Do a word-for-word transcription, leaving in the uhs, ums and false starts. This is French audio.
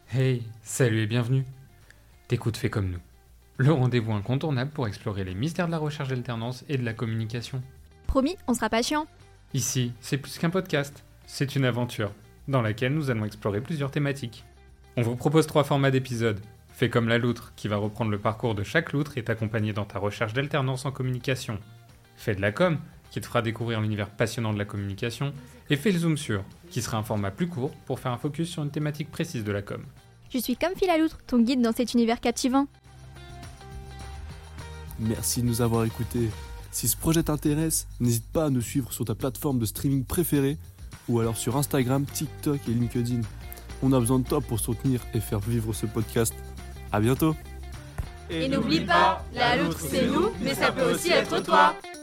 Hey, salut et bienvenue. T'écoutes Fais comme nous, le rendez-vous incontournable pour explorer les mystères de la recherche d'alternance et de la communication. Promis, on sera pas chiant. Ici, c'est plus qu'un podcast, c'est une aventure, dans laquelle nous allons explorer plusieurs thématiques. On vous propose trois formats d'épisodes. Fais comme la loutre, qui va reprendre le parcours de chaque loutre et t'accompagner dans ta recherche d'alternance en communication. Fais de la com, qui te fera découvrir l'univers passionnant de la communication. Et fais le zoom sur, qui sera un format plus court pour faire un focus sur une thématique précise de la com. Je suis comme Phil la loutre, ton guide dans cet univers captivant. Merci de nous avoir écoutés. Si ce projet t'intéresse, n'hésite pas à nous suivre sur ta plateforme de streaming préférée ou alors sur Instagram, TikTok et LinkedIn. On a besoin de toi pour soutenir et faire vivre ce podcast. À bientôt. Et n'oublie pas, la loutre c'est nous, mais ça peut aussi être toi.